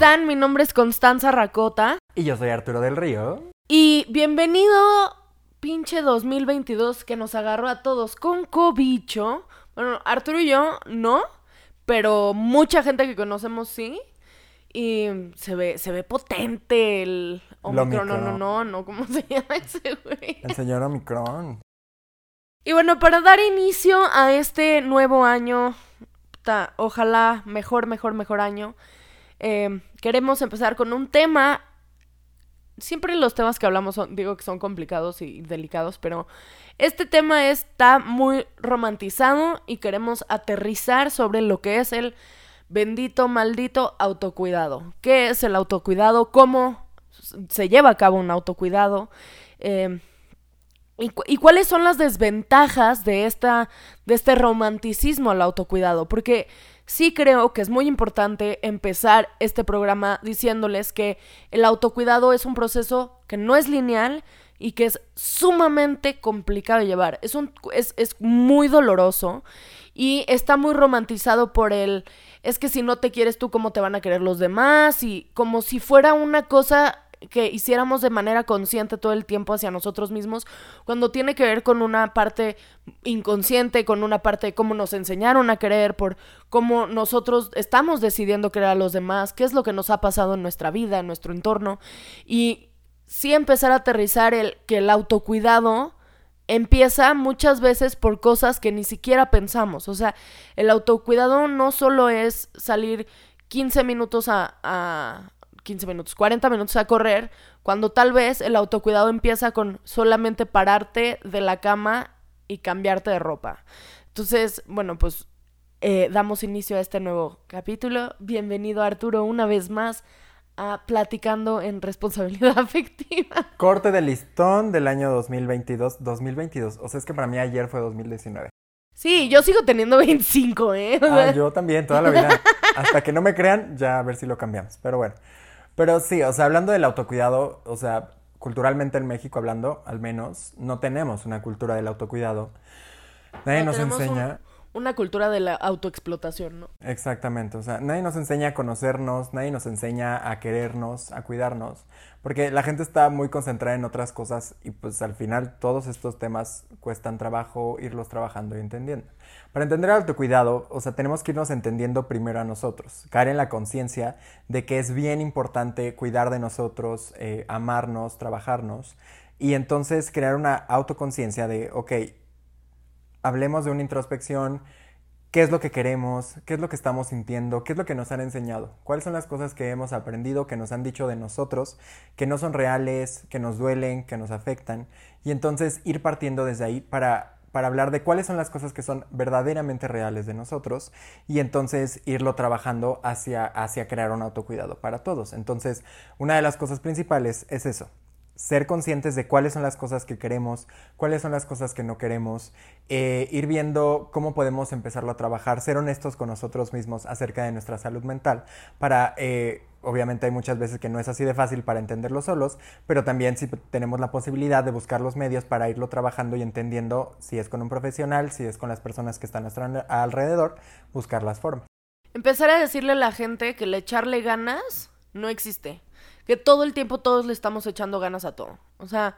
están? Mi nombre es Constanza Racota. Y yo soy Arturo del Río. Y bienvenido, pinche 2022, que nos agarró a todos con cobicho. Bueno, Arturo y yo no, pero mucha gente que conocemos sí. Y se ve potente el Omicron. No, ¿cómo se llama ese güey? El señor Omicron. Y bueno, para dar inicio a este nuevo año, ojalá mejor año, queremos empezar con un tema. Siempre los temas que hablamos digo que son complicados y delicados, pero este tema está muy romantizado y queremos aterrizar sobre lo que es el bendito, maldito autocuidado. ¿Qué es el autocuidado? ¿Cómo se lleva a cabo un autocuidado? ¿Y cuáles son las desventajas de este romanticismo al autocuidado? Porque sí creo que es muy importante empezar este programa diciéndoles que el autocuidado es un proceso que no es lineal y que es sumamente complicado de llevar. Es muy doloroso y está muy romantizado por es que si no te quieres tú, ¿cómo te van a querer los demás? Y como si fuera una cosa que hiciéramos de manera consciente todo el tiempo hacia nosotros mismos, cuando tiene que ver con una parte inconsciente, con una parte de cómo nos enseñaron a querer, por cómo nosotros estamos decidiendo querer a los demás, qué es lo que nos ha pasado en nuestra vida, en nuestro entorno, y sí empezar a aterrizar que el autocuidado empieza muchas veces por cosas que ni siquiera pensamos. O sea, el autocuidado no solo es salir 40 minutos a correr, cuando tal vez el autocuidado empieza con solamente pararte de la cama y cambiarte de ropa. Entonces, bueno, pues damos inicio a este nuevo capítulo. Bienvenido, Arturo, una vez más a Platicando en Responsabilidad Afectiva. Corte de listón del año 2022. O sea, es que para mí ayer fue 2019. Sí, yo sigo teniendo 25, ¿eh? Yo también, toda la vida. Hasta que no me crean, ya a ver si lo cambiamos. Pero bueno. Pero sí, o sea, hablando del autocuidado, o sea, culturalmente en México hablando, al menos, no tenemos una cultura del autocuidado. Nadie nos enseña. Una cultura de la autoexplotación, ¿no? Exactamente, o sea, nadie nos enseña a conocernos, nadie nos enseña a querernos, a cuidarnos, porque la gente está muy concentrada en otras cosas y pues al final todos estos temas cuestan trabajo irlos trabajando y entendiendo. Para entender el autocuidado, o sea, tenemos que irnos entendiendo primero a nosotros, caer en la conciencia de que es bien importante cuidar de nosotros, amarnos, trabajarnos y entonces crear una autoconciencia de, ok, hablemos de una introspección, qué es lo que queremos, qué es lo que estamos sintiendo, qué es lo que nos han enseñado, cuáles son las cosas que hemos aprendido, que nos han dicho de nosotros, que no son reales, que nos duelen, que nos afectan, y entonces ir partiendo desde ahí para hablar de cuáles son las cosas que son verdaderamente reales de nosotros y entonces irlo trabajando hacia crear un autocuidado para todos. Entonces, una de las cosas principales es eso. Ser conscientes de cuáles son las cosas que queremos, cuáles son las cosas que no queremos, ir viendo cómo podemos empezarlo a trabajar, ser honestos con nosotros mismos acerca de nuestra salud mental para, obviamente hay muchas veces que no es así de fácil para entenderlo solos, pero también si tenemos la posibilidad de buscar los medios para irlo trabajando y entendiendo si es con un profesional, si es con las personas que están a nuestro alrededor, buscar las formas. Empezar a decirle a la gente que el echarle ganas no existe. Que todo el tiempo todos le estamos echando ganas a todo. O sea,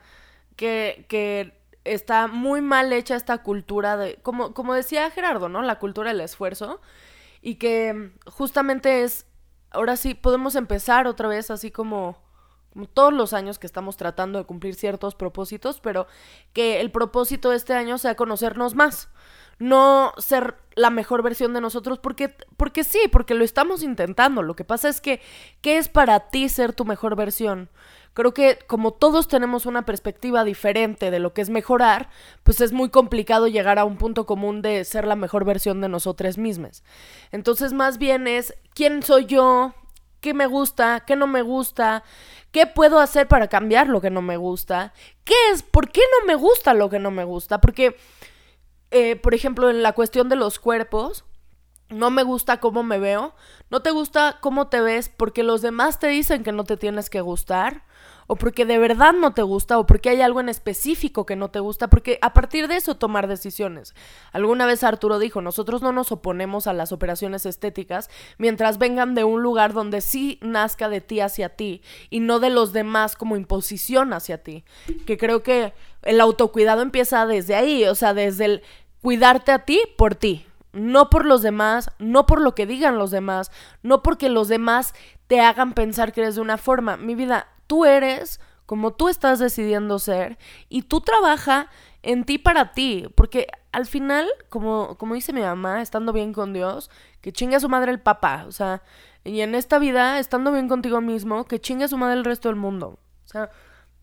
que está muy mal hecha esta cultura de... Como decía Gerardo, ¿no? La cultura del esfuerzo. Y que justamente es... Ahora sí, podemos empezar otra vez así como todos los años que estamos tratando de cumplir ciertos propósitos, pero que el propósito de este año sea conocernos más. No ser la mejor versión de nosotros porque lo estamos intentando. Lo que pasa es que, ¿qué es para ti ser tu mejor versión? Creo que como todos tenemos una perspectiva diferente de lo que es mejorar, pues es muy complicado llegar a un punto común de ser la mejor versión de nosotras mismas. Entonces, más bien es, ¿quién soy yo? ¿Qué me gusta? ¿Qué no me gusta? ¿Qué puedo hacer para cambiar lo que no me gusta? ¿Por qué no me gusta lo que no me gusta? Porque... por ejemplo, en la cuestión de los cuerpos, no me gusta cómo me veo, no te gusta cómo te ves porque los demás te dicen que no te tienes que gustar, o porque de verdad no te gusta, o porque hay algo en específico que no te gusta, porque a partir de eso tomar decisiones. Alguna vez Arturo dijo, nosotros no nos oponemos a las operaciones estéticas mientras vengan de un lugar donde sí nazca de ti hacia ti y no de los demás como imposición hacia ti. Que creo que el autocuidado empieza desde ahí, o sea, desde el cuidarte a ti por ti. No por los demás, no por lo que digan los demás, no porque los demás te hagan pensar que eres de una forma. Mi vida, tú eres como tú estás decidiendo ser y tú trabaja en ti para ti, porque al final, como dice mi mamá, estando bien con Dios, que chingue a su madre el papá, o sea, y en esta vida, estando bien contigo mismo, que chingue a su madre el resto del mundo. O sea,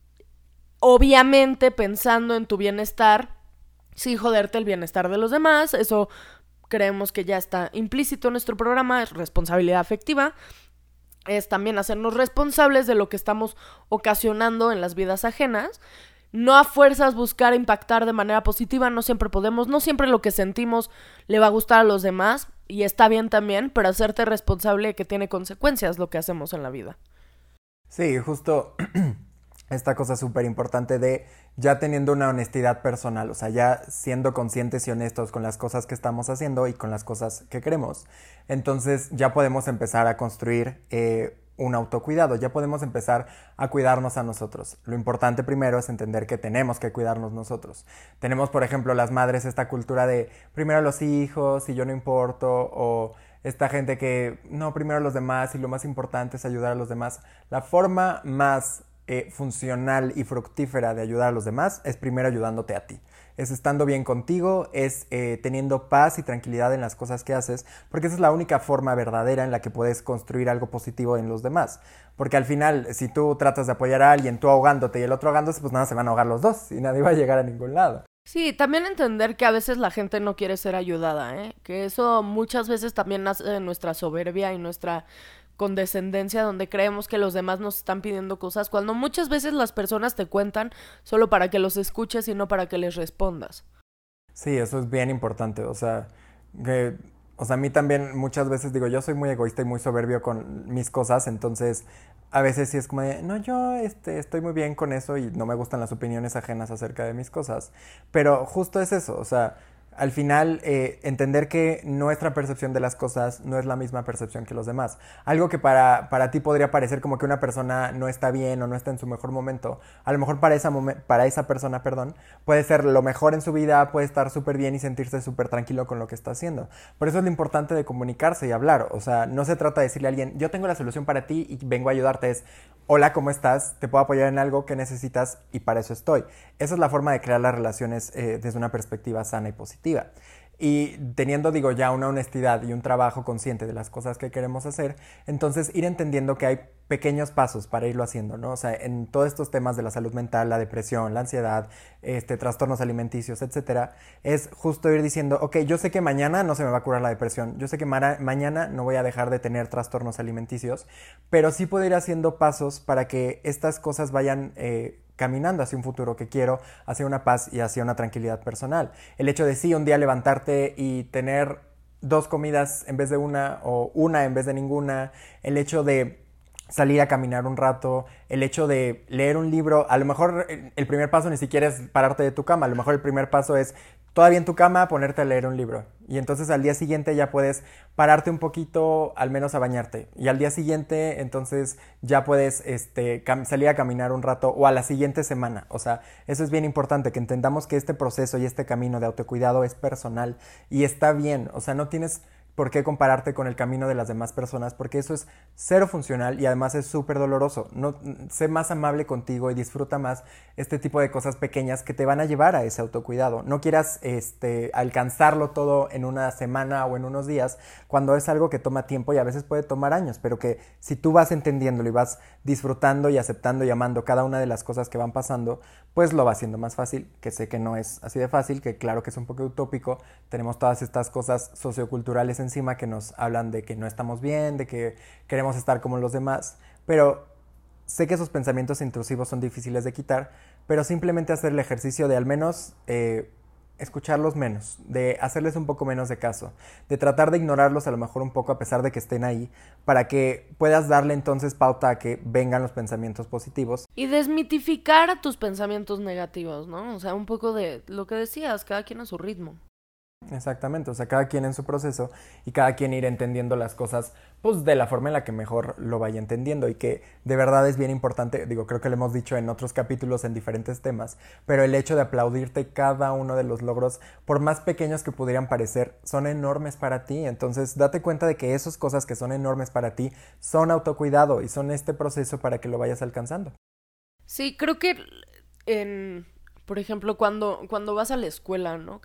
obviamente pensando en tu bienestar, sin joderte el bienestar de los demás, eso creemos que ya está implícito en nuestro programa, es responsabilidad afectiva, es también hacernos responsables de lo que estamos ocasionando en las vidas ajenas, no a fuerzas buscar impactar de manera positiva, no siempre podemos, no siempre lo que sentimos le va a gustar a los demás, y está bien también, pero hacerte responsable de que tiene consecuencias lo que hacemos en la vida. Sí, justo esta cosa súper importante de ya teniendo una honestidad personal, o sea, ya siendo conscientes y honestos con las cosas que estamos haciendo y con las cosas que queremos. Entonces ya podemos empezar a construir un autocuidado, ya podemos empezar a cuidarnos a nosotros. Lo importante primero es entender que tenemos que cuidarnos nosotros. Tenemos, por ejemplo, las madres esta cultura de primero los hijos y yo no importo, o esta gente que no, primero los demás y lo más importante es ayudar a los demás. La forma más funcional y fructífera de ayudar a los demás es primero ayudándote a ti. Es estando bien contigo, es teniendo paz y tranquilidad en las cosas que haces, porque esa es la única forma verdadera en la que puedes construir algo positivo en los demás. Porque al final, si tú tratas de apoyar a alguien, tú ahogándote y el otro ahogándose, pues nada, se van a ahogar los dos y nadie va a llegar a ningún lado. Sí, también entender que a veces la gente no quiere ser ayudada, ¿eh? Que eso muchas veces también nace de nuestra soberbia y nuestra condescendencia, donde creemos que los demás nos están pidiendo cosas, cuando muchas veces las personas te cuentan solo para que los escuches y no para que les respondas. Sí, eso es bien importante, a mí también muchas veces digo, yo soy muy egoísta y muy soberbio con mis cosas, entonces a veces sí es como de, no, yo estoy muy bien con eso y no me gustan las opiniones ajenas acerca de mis cosas, pero justo es eso, o sea, al final entender que nuestra percepción de las cosas no es la misma percepción que los demás. Algo que para ti podría parecer como que una persona no está bien o no está en su mejor momento, a lo mejor para esa persona, perdón, puede ser lo mejor en su vida, puede estar súper bien y sentirse súper tranquilo con lo que está haciendo. Por eso es lo importante de comunicarse y hablar. O sea, no se trata de decirle a alguien, yo tengo la solución para ti y vengo a ayudarte. Es, hola, ¿cómo estás? ¿Te puedo apoyar en algo que necesitas? Y para eso estoy. Esa es la forma de crear las relaciones desde una perspectiva sana y positiva. Y teniendo, digo, ya una honestidad y un trabajo consciente de las cosas que queremos hacer, entonces ir entendiendo que hay pequeños pasos para irlo haciendo, ¿no? O sea, en todos estos temas de la salud mental, la depresión, la ansiedad, trastornos alimenticios, etcétera, es justo ir diciendo, ok, yo sé que mañana no se me va a curar la depresión, yo sé que mañana no voy a dejar de tener trastornos alimenticios, pero sí puedo ir haciendo pasos para que estas cosas vayan caminando hacia un futuro que quiero, hacia una paz y hacia una tranquilidad personal. El hecho de sí un día levantarte y tener 2 comidas en vez de una o una en vez de ninguna, el hecho de salir a caminar un rato, el hecho de leer un libro, a lo mejor el primer paso ni siquiera es pararte de tu cama, a lo mejor el primer paso es todavía en tu cama ponerte a leer un libro y entonces al día siguiente ya puedes pararte un poquito al menos a bañarte y al día siguiente entonces ya puedes salir a caminar un rato o a la siguiente semana. O sea, eso es bien importante, que entendamos que este proceso y este camino de autocuidado es personal y está bien. O sea, no tienes por qué compararte con el camino de las demás personas, porque eso es cero funcional y además es súper doloroso. No, sé más amable contigo y disfruta más este tipo de cosas pequeñas que te van a llevar a ese autocuidado. No quieras alcanzarlo todo en una semana o en unos días, cuando es algo que toma tiempo y a veces puede tomar años, pero que si tú vas entendiéndolo y vas disfrutando y aceptando y amando cada una de las cosas que van pasando, pues lo va haciendo más fácil, que sé que no es así de fácil, que claro que es un poco utópico. Tenemos todas estas cosas socioculturales encima que nos hablan de que no estamos bien, de que queremos estar como los demás, pero sé que esos pensamientos intrusivos son difíciles de quitar, pero simplemente hacer el ejercicio de al menos escucharlos menos, de hacerles un poco menos de caso, de tratar de ignorarlos a lo mejor un poco a pesar de que estén ahí, para que puedas darle entonces pauta a que vengan los pensamientos positivos. Y desmitificar a tus pensamientos negativos, ¿no? O sea, un poco de lo que decías, cada quien a su ritmo. Exactamente, o sea, cada quien en su proceso y cada quien ir entendiendo las cosas pues de la forma en la que mejor lo vaya entendiendo y que de verdad es bien importante, digo, creo que lo hemos dicho en otros capítulos en diferentes temas, pero el hecho de aplaudirte cada uno de los logros, por más pequeños que pudieran parecer, son enormes para ti, entonces date cuenta de que esas cosas que son enormes para ti son autocuidado y son este proceso para que lo vayas alcanzando. Sí, creo que por ejemplo, cuando vas a la escuela, ¿no?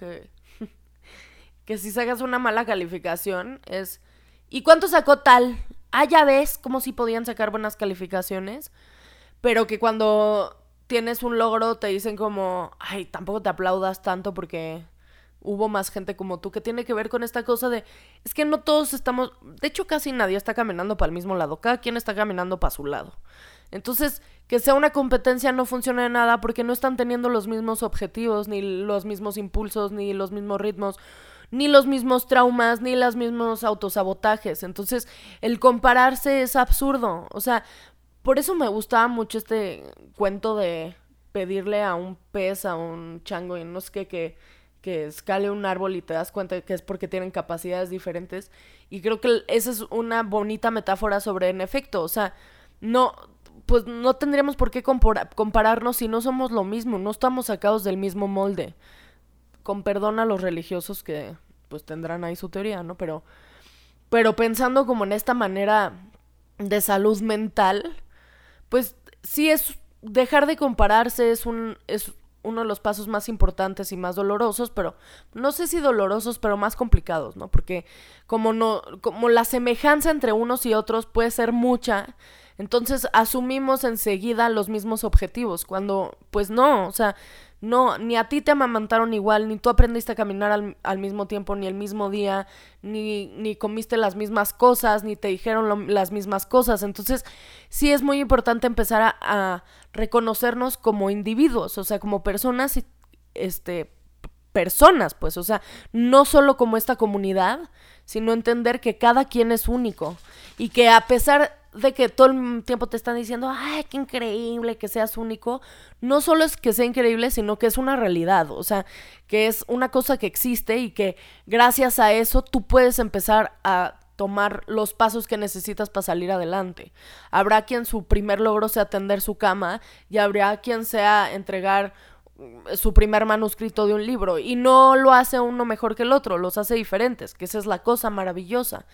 Que si sacas una mala calificación es... ¿Y cuánto sacó tal? Ah, ya ves, como si podían sacar buenas calificaciones. Pero que cuando tienes un logro te dicen como... Ay, tampoco te aplaudas tanto porque hubo más gente como tú. Que tiene que ver con esta cosa de... Es que no todos estamos... De hecho, casi nadie está caminando para el mismo lado. Cada quien está caminando para su lado. Entonces, que sea una competencia no funciona de nada porque no están teniendo los mismos objetivos, ni los mismos impulsos, ni los mismos ritmos, ni los mismos traumas, ni los mismos autosabotajes. Entonces, el compararse es absurdo. O sea, por eso me gustaba mucho este cuento de pedirle a un pez, a un chango y no sé qué, que escale un árbol y te das cuenta de que es porque tienen capacidades diferentes. Y creo que esa es una bonita metáfora sobre, en efecto, o sea, no... Pues no tendríamos por qué compararnos si no somos lo mismo, no estamos sacados del mismo molde. Con perdón a los religiosos que pues tendrán ahí su teoría, ¿no? Pero pensando como en esta manera de salud mental, pues sí es dejar de compararse, es uno de los pasos más importantes y más dolorosos, pero no sé si dolorosos, pero más complicados, ¿no? Porque como la semejanza entre unos y otros puede ser mucha, entonces asumimos enseguida los mismos objetivos, cuando pues no, o sea, no, ni a ti te amamantaron igual, ni tú aprendiste a caminar al mismo tiempo, ni el mismo día, ni comiste las mismas cosas, ni te dijeron las mismas cosas. Entonces, sí es muy importante empezar a reconocernos como individuos, o sea, como personas, personas, pues, o sea, no solo como esta comunidad, sino entender que cada quien es único y que a pesar de que todo el tiempo te están diciendo, ay, qué increíble que seas único, no solo es que sea increíble, sino que es una realidad, o sea, que es una cosa que existe y que gracias a eso tú puedes empezar a tomar los pasos que necesitas para salir adelante. Habrá quien su primer logro sea tender su cama y habrá quien sea entregar su primer manuscrito de un libro y no lo hace uno mejor que el otro, los hace diferentes, que esa es la cosa maravillosa.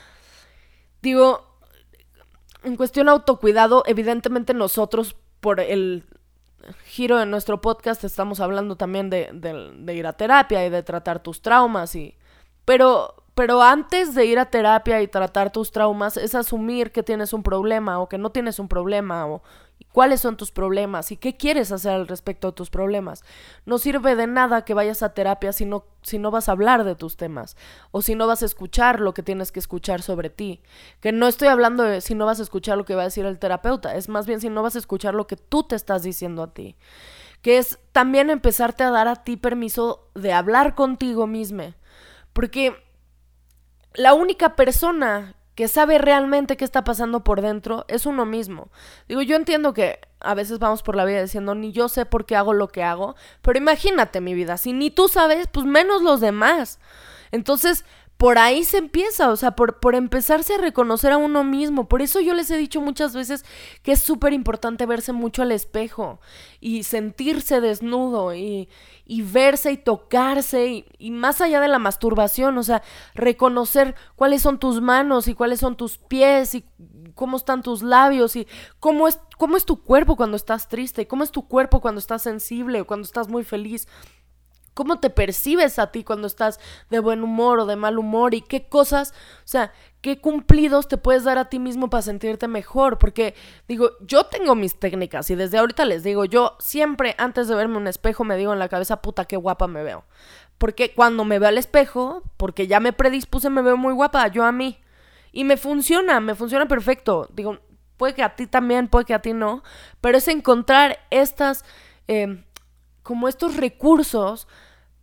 Digo, en cuestión autocuidado, evidentemente nosotros, por el giro de nuestro podcast, estamos hablando también de ir a terapia y de tratar tus traumas. Pero antes de ir a terapia y tratar tus traumas, es asumir que tienes un problema o que no tienes un problema o cuáles son tus problemas y qué quieres hacer al respecto de tus problemas. No sirve de nada que vayas a terapia si no vas a hablar de tus temas o si no vas a escuchar lo que tienes que escuchar sobre ti. Que no estoy hablando de si no vas a escuchar lo que va a decir el terapeuta, es más bien si no vas a escuchar lo que tú te estás diciendo a ti. Que es también empezarte a dar a ti permiso de hablar contigo misma. Porque la única persona que sabe realmente qué está pasando por dentro es uno mismo. Digo, yo entiendo que a veces vamos por la vida diciendo, ni yo sé por qué hago lo que hago, pero imagínate mi vida, si ni tú sabes, pues menos los demás. Entonces, por ahí se empieza, o sea, por empezarse a reconocer a uno mismo. Por eso yo les he dicho muchas veces que es súper importante verse mucho al espejo y sentirse desnudo y verse y tocarse y más allá de la masturbación, o sea, reconocer cuáles son tus manos y cuáles son tus pies y cómo están tus labios y cómo es tu cuerpo cuando estás triste, cómo es tu cuerpo cuando estás sensible o cuando estás muy feliz. ¿Cómo te percibes a ti cuando estás de buen humor o de mal humor? Y qué cosas, o sea, qué cumplidos te puedes dar a ti mismo para sentirte mejor. Porque, digo, yo tengo mis técnicas y desde ahorita les digo, yo siempre antes de verme un espejo me digo en la cabeza, puta, qué guapa me veo. Porque cuando me veo al espejo, porque ya me predispuse, me veo muy guapa, yo a mí. Y me funciona perfecto. Digo, puede que a ti también, puede que a ti no. Pero es encontrar como estos recursos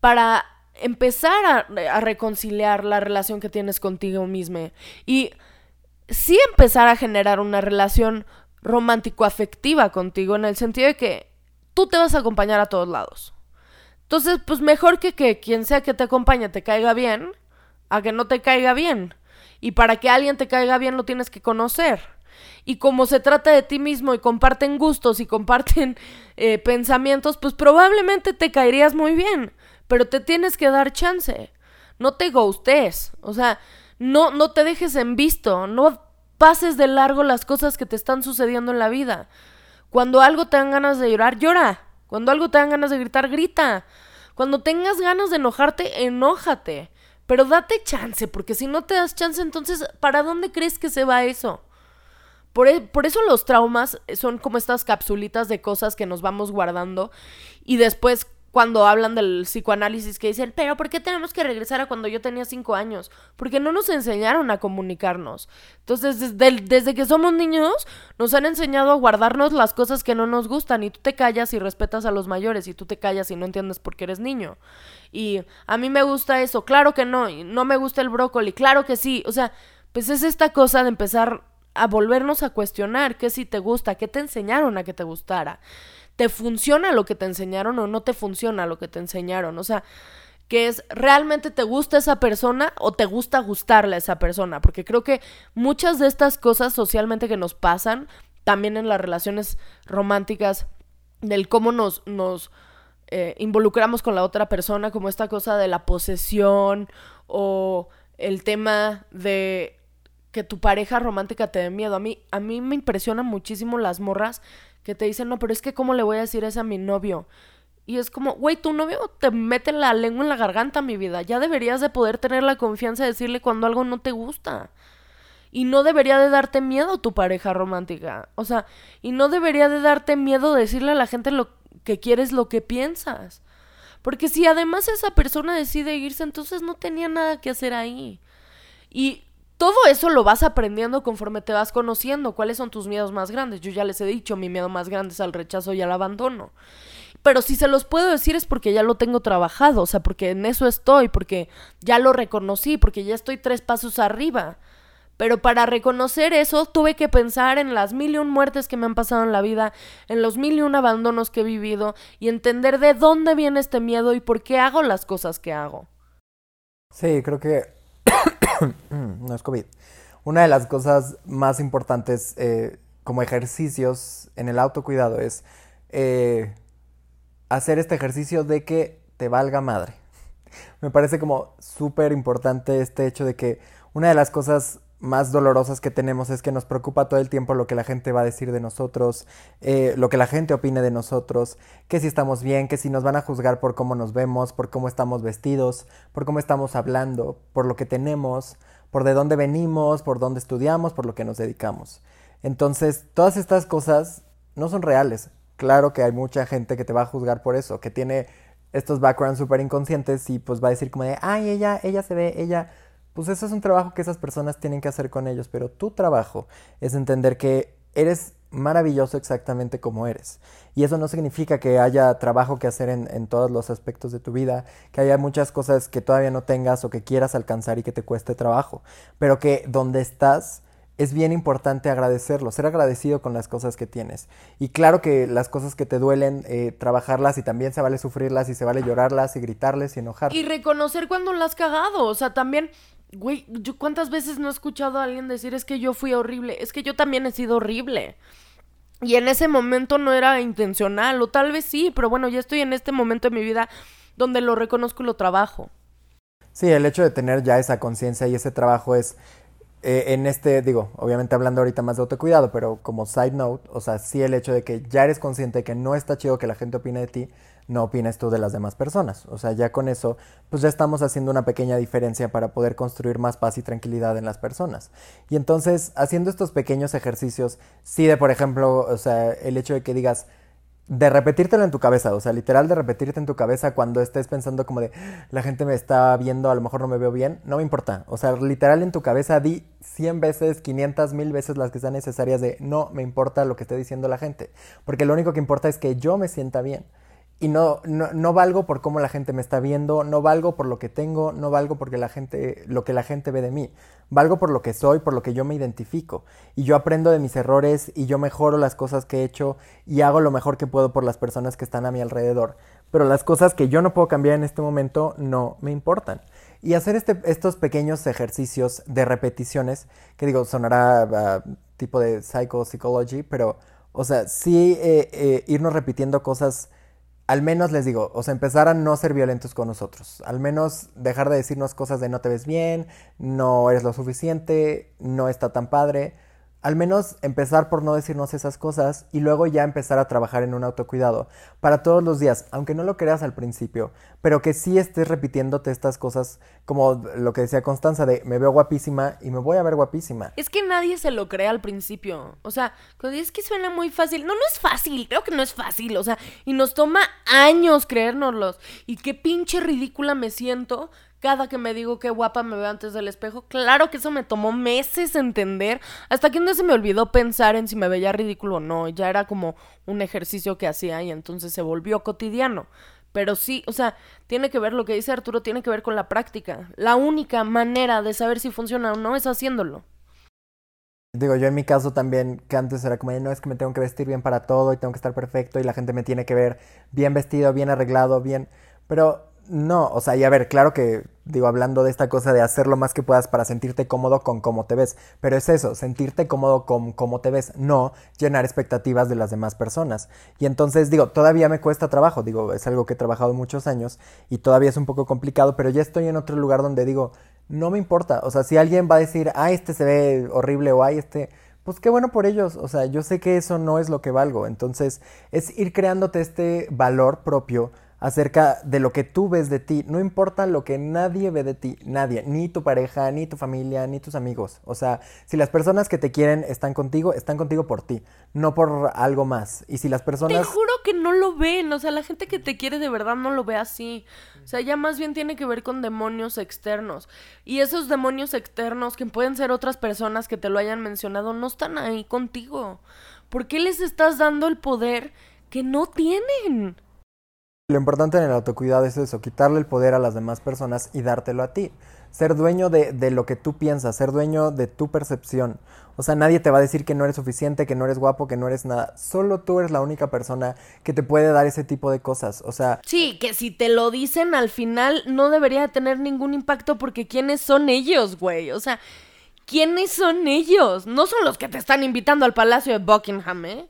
para empezar a reconciliar la relación que tienes contigo mismo y sí empezar a generar una relación romántico-afectiva contigo, en el sentido de que tú te vas a acompañar a todos lados. Entonces, pues mejor que quien sea que te acompañe te caiga bien, a que no te caiga bien. Y para que alguien te caiga bien lo tienes que conocer. Y como se trata de ti mismo y comparten gustos y comparten pensamientos, pues probablemente te caerías muy bien. Pero te tienes que dar chance. No te ghostes. O sea, no te dejes en visto. No pases de largo las cosas que te están sucediendo en la vida. Cuando algo te dan ganas de llorar, llora. Cuando algo te dan ganas de gritar, grita. Cuando tengas ganas de enojarte, enójate. Pero date chance, porque si no te das chance, entonces, ¿para dónde crees que se va eso? Por eso los traumas son como estas capsulitas de cosas que nos vamos guardando y después cuando hablan del psicoanálisis que dicen, pero ¿por qué tenemos que regresar a cuando yo tenía 5 años? Porque no nos enseñaron a comunicarnos. Entonces, desde que somos niños, nos han enseñado a guardarnos las cosas que no nos gustan y tú te callas y respetas a los mayores y tú te callas y no entiendes por qué eres niño. Y a mí me gusta eso, claro que no, y no me gusta el brócoli, claro que sí. O sea, pues es esta cosa de empezar a volvernos a cuestionar qué sí te gusta, qué te enseñaron a que te gustara. ¿Te funciona lo que te enseñaron o no te funciona lo que te enseñaron? O sea, que es, ¿realmente te gusta esa persona o te gusta gustarle a esa persona? Porque creo que muchas de estas cosas socialmente que nos pasan, también en las relaciones románticas, del cómo nos involucramos con la otra persona, como esta cosa de la posesión o el tema de que tu pareja romántica te dé miedo. A mí me impresionan muchísimo las morras que te dicen, no, pero es que ¿cómo le voy a decir eso a mi novio? Y es como, güey, tu novio te mete la lengua en la garganta, mi vida. Ya deberías de poder tener la confianza de decirle cuando algo no te gusta. Y no debería de darte miedo tu pareja romántica. O sea, y no debería de darte miedo decirle a la gente lo que quieres, lo que piensas. Porque si además esa persona decide irse, entonces no tenía nada que hacer ahí. Y todo eso lo vas aprendiendo conforme te vas conociendo. ¿Cuáles son tus miedos más grandes? Yo ya les he dicho, mi miedo más grande es al rechazo y al abandono. Pero si se los puedo decir es porque ya lo tengo trabajado, o sea, porque en eso estoy, porque ya lo reconocí, porque ya estoy 3 pasos arriba. Pero para reconocer eso tuve que pensar en las 1001 muertes que me han pasado en la vida, en los 1001 abandonos que he vivido y entender de dónde viene este miedo y por qué hago las cosas que hago. Sí, creo que no es COVID. Una de las cosas más importantes como ejercicios en el autocuidado es hacer este ejercicio de que te valga madre. Me parece como súper importante este hecho de que una de las cosas más dolorosas que tenemos es que nos preocupa todo el tiempo lo que la gente va a decir de nosotros, lo que la gente opine de nosotros, que si estamos bien, que si nos van a juzgar por cómo nos vemos, por cómo estamos vestidos, por cómo estamos hablando, por lo que tenemos, por de dónde venimos, por dónde estudiamos, por lo que nos dedicamos. Entonces, todas estas cosas no son reales. Claro que hay mucha gente que te va a juzgar por eso, que tiene estos backgrounds súper inconscientes y pues va a decir como de, ay, ella se ve, ella... Pues eso es un trabajo que esas personas tienen que hacer con ellos, pero tu trabajo es entender que eres maravilloso exactamente como eres. Y eso no significa que haya trabajo que hacer en todos los aspectos de tu vida, que haya muchas cosas que todavía no tengas o que quieras alcanzar y que te cueste trabajo, pero que donde estás es bien importante agradecerlo, ser agradecido con las cosas que tienes. Y claro que las cosas que te duelen, trabajarlas y también se vale sufrirlas y se vale llorarlas y gritarles y enojar. Y reconocer cuando la has cagado, o sea, también... Güey, yo cuántas veces no he escuchado a alguien decir es que yo fui horrible, es que yo también he sido horrible. Y en ese momento no era intencional, o tal vez sí, pero bueno, ya estoy en este momento de mi vida donde lo reconozco y lo trabajo. Sí, el hecho de tener ya esa conciencia y ese trabajo es, en este, digo, obviamente hablando ahorita más de autocuidado, pero como side note, o sea, sí el hecho de que ya eres consciente de que no está chido que la gente opine de ti, no opines tú de las demás personas. O sea, ya con eso, pues ya estamos haciendo una pequeña diferencia para poder construir más paz y tranquilidad en las personas. Y entonces, haciendo estos pequeños ejercicios, sí de, por ejemplo, o sea, el hecho de que digas, de repetírtelo en tu cabeza, o sea, literal de repetirte en tu cabeza cuando estés pensando como de, la gente me está viendo, a lo mejor no me veo bien, no me importa. O sea, literal en tu cabeza di 100 veces, 500, 1000 veces las que sean necesarias de, no me importa lo que esté diciendo la gente. Porque lo único que importa es que yo me sienta bien. y no valgo por cómo la gente me está viendo, no valgo por lo que tengo, no valgo porque lo que la gente ve de mí. Valgo por lo que soy, por lo que yo me identifico. Y yo aprendo de mis errores y yo mejoro las cosas que he hecho y hago lo mejor que puedo por las personas que están a mi alrededor. Pero las cosas que yo no puedo cambiar en este momento no me importan. Y hacer estos pequeños ejercicios de repeticiones, que digo, sonará tipo de psychology, pero, o sea, sí irnos repitiendo cosas. Al menos les digo, o sea, empezar a no ser violentos con nosotros. Al menos dejar de decirnos cosas de no te ves bien, no eres lo suficiente, no está tan padre. Al menos empezar por no decirnos esas cosas y luego ya empezar a trabajar en un autocuidado para todos los días, aunque no lo creas al principio, pero que sí estés repitiéndote estas cosas como lo que decía Constanza de me veo guapísima y me voy a ver guapísima. Es que nadie se lo cree al principio. O sea, cuando dices que suena muy fácil. No, no es fácil. Creo que no es fácil. O sea, y nos toma años creérnoslos. Y qué pinche ridícula me siento cada que me digo qué guapa me veo antes del espejo. Claro que eso me tomó meses entender. Hasta que un día se me olvidó pensar en si me veía ridículo o no. Ya era como un ejercicio que hacía y entonces se volvió cotidiano. Pero sí, o sea, tiene que ver, lo que dice Arturo, tiene que ver con la práctica. La única manera de saber si funciona o no es haciéndolo. Digo, yo en mi caso también, que antes era como, no, es que me tengo que vestir bien para todo y tengo que estar perfecto y la gente me tiene que ver bien vestido, bien arreglado, bien. Pero no, o sea, y a ver, claro que, digo, hablando de esta cosa de hacer lo más que puedas para sentirte cómodo con cómo te ves, pero es eso, sentirte cómodo con cómo te ves, no llenar expectativas de las demás personas. Y entonces, digo, todavía me cuesta trabajo, digo, es algo que he trabajado muchos años y todavía es un poco complicado, pero ya estoy en otro lugar donde digo, no me importa, o sea, si alguien va a decir, este se ve horrible o pues qué bueno por ellos, o sea, yo sé que eso no es lo que valgo, entonces es ir creándote este valor propio acerca de lo que tú ves de ti. No importa lo que nadie ve de ti, nadie, ni tu pareja, ni tu familia, ni tus amigos. O sea, si las personas que te quieren están contigo por ti, no por algo más. Y si las personas... Te juro que no lo ven, o sea, la gente que te quiere de verdad no lo ve así. O sea, ya más bien tiene que ver con demonios externos. Y esos demonios externos, que pueden ser otras personas que te lo hayan mencionado, no están ahí contigo. ¿Por qué les estás dando el poder que no tienen? Lo importante en el autocuidado es eso, quitarle el poder a las demás personas y dártelo a ti. Ser dueño de lo que tú piensas, ser dueño de tu percepción. O sea, nadie te va a decir que no eres suficiente, que no eres guapo, que no eres nada. Solo tú eres la única persona que te puede dar ese tipo de cosas. O sea... Sí, que si te lo dicen al final no debería tener ningún impacto porque ¿quiénes son ellos, güey? O sea, ¿quiénes son ellos? No son los que te están invitando al Palacio de Buckingham, ¿eh?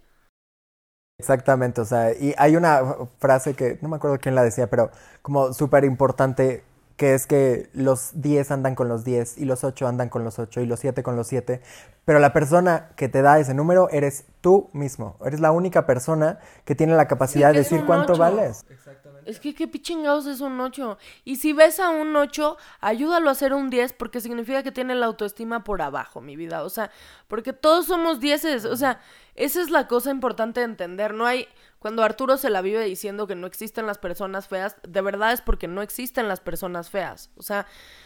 Exactamente, o sea, y hay una frase que no me acuerdo quién la decía, pero como súper importante, que es que los 10 andan con los 10 y los 8 andan con los 8 y los 7 con los 7, pero la persona que te da ese número eres tú mismo, eres la única persona que tiene la capacidad de decir cuánto 8. vales. Es que qué pichingados es un 8. Y si ves a un 8, ayúdalo a hacer un 10 porque significa que tiene la autoestima por abajo, mi vida. O sea, porque todos somos 10. O sea, esa es la cosa importante de entender. No hay... Cuando Arturo se la vive diciendo que no existen las personas feas, de verdad es porque no existen las personas feas. O sea,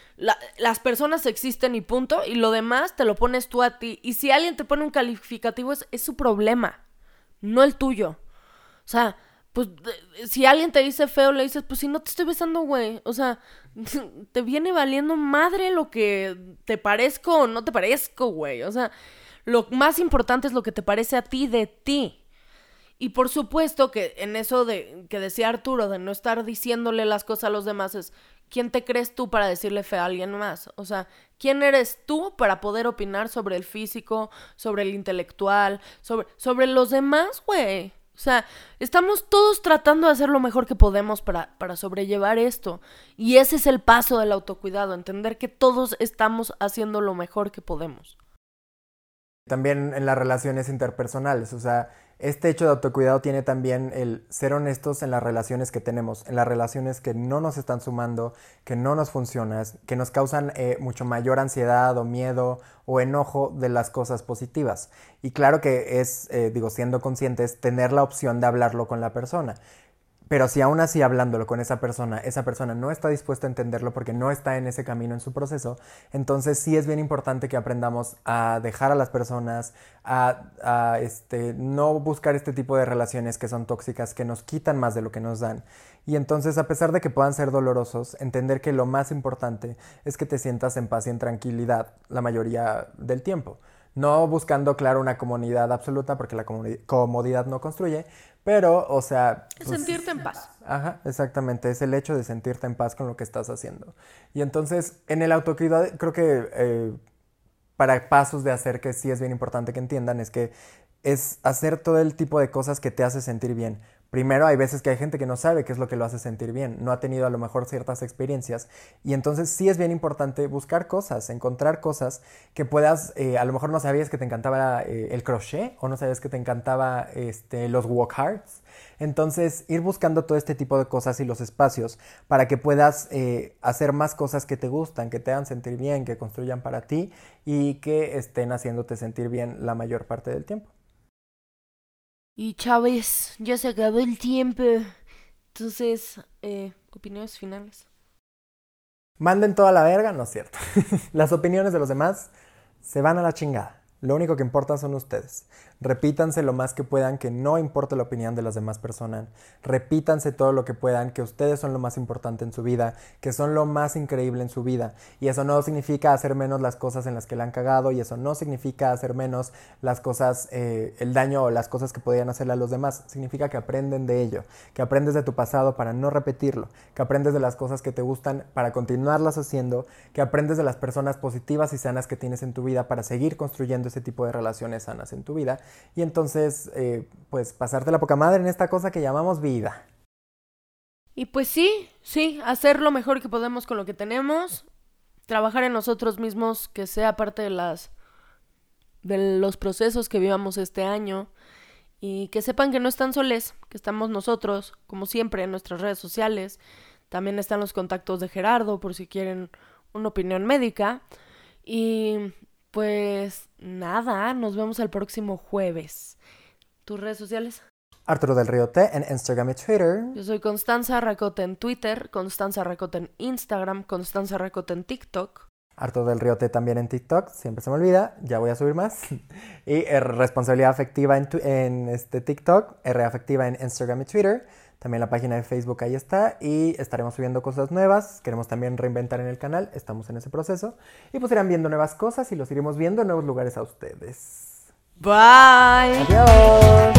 las personas existen y punto. Y lo demás te lo pones tú a ti. Y si alguien te pone un calificativo es su problema, no el tuyo. O sea... Pues, si alguien te dice feo, le dices, pues si no te estoy besando, güey. O sea, te viene valiendo madre lo que te parezco o no te parezco, güey. O sea, lo más importante es lo que te parece a ti de ti. Y por supuesto que en eso de que decía Arturo, de no estar diciéndole las cosas a los demás, es ¿quién te crees tú para decirle feo a alguien más? O sea, ¿quién eres tú para poder opinar sobre el físico, sobre el intelectual, sobre los demás, güey? O sea, estamos todos tratando de hacer lo mejor que podemos para sobrellevar esto. Y ese es el paso del autocuidado, entender que todos estamos haciendo lo mejor que podemos. También en las relaciones interpersonales, o sea, este hecho de autocuidado tiene también el ser honestos en las relaciones que tenemos, en las relaciones que no nos están sumando, que no nos funcionan, que nos causan mucho mayor ansiedad o miedo o enojo de las cosas positivas. Y claro que es, siendo conscientes, tener la opción de hablarlo con la persona. Pero si aún así hablándolo con esa persona no está dispuesta a entenderlo porque no está en ese camino en su proceso, entonces sí es bien importante que aprendamos a dejar a las personas, a no buscar este tipo de relaciones que son tóxicas, que nos quitan más de lo que nos dan. Y entonces, a pesar de que puedan ser dolorosos, entender que lo más importante es que te sientas en paz y en tranquilidad la mayoría del tiempo. No buscando, claro, una comodidad absoluta, porque la comodidad no construye, pero, o sea... Es sentirte en paz. Ajá, exactamente, es el hecho de sentirte en paz con lo que estás haciendo. Y entonces, en el autocuidado, creo que para pasos de hacer que sí es bien importante que entiendan, es que es hacer todo el tipo de cosas que te hace sentir bien. Primero, hay veces que hay gente que no sabe qué es lo que lo hace sentir bien, no ha tenido a lo mejor ciertas experiencias y entonces sí es bien importante buscar cosas, encontrar cosas que puedas, a lo mejor no sabías que te encantaba el crochet o no sabías que te encantaba los walk hearts. Entonces, ir buscando todo este tipo de cosas y los espacios para que puedas hacer más cosas que te gustan, que te hagan sentir bien, que construyan para ti y que estén haciéndote sentir bien la mayor parte del tiempo. Y Chávez, ya se acabó el tiempo. Entonces, opiniones finales. Manden toda la verga, no es cierto. Las opiniones de los demás se van a la chingada. Lo único que importa son ustedes. Repítanse lo más que puedan que no importe la opinión de las demás personas. Repítanse todo lo que puedan que ustedes son lo más importante en su vida, que son lo más increíble en su vida. Y eso no significa hacer menos las cosas en las que le han cagado y eso no significa hacer menos las cosas, el daño o las cosas que podían hacerle a los demás. Significa que aprenden de ello, que aprendes de tu pasado para no repetirlo, que aprendes de las cosas que te gustan para continuarlas haciendo, que aprendes de las personas positivas y sanas que tienes en tu vida para seguir construyendo ese tipo de relaciones sanas en tu vida y entonces pues pasarte la poca madre en esta cosa que llamamos vida. Y pues sí, hacer lo mejor que podemos con lo que tenemos, trabajar en nosotros mismos, que sea parte de los procesos que vivamos este año y que sepan que no están soles, que estamos nosotros, como siempre, en nuestras redes sociales. También están los contactos de Gerardo por si quieren una opinión médica. Y pues nada, nos vemos el próximo jueves. ¿Tus redes sociales? Arturo del Río T en Instagram y Twitter. Yo soy Constanza Racote en Twitter, Constanza Racote en Instagram, Constanza Racote en TikTok. Arturo del Río T también en TikTok, siempre se me olvida, ya voy a subir más. Y responsabilidad afectiva en TikTok, R afectiva en Instagram y Twitter. También la página de Facebook ahí está y estaremos subiendo cosas nuevas. Queremos también reinventar en el canal, estamos en ese proceso. Y pues irán viendo nuevas cosas y los iremos viendo en nuevos lugares a ustedes. Bye. Adiós.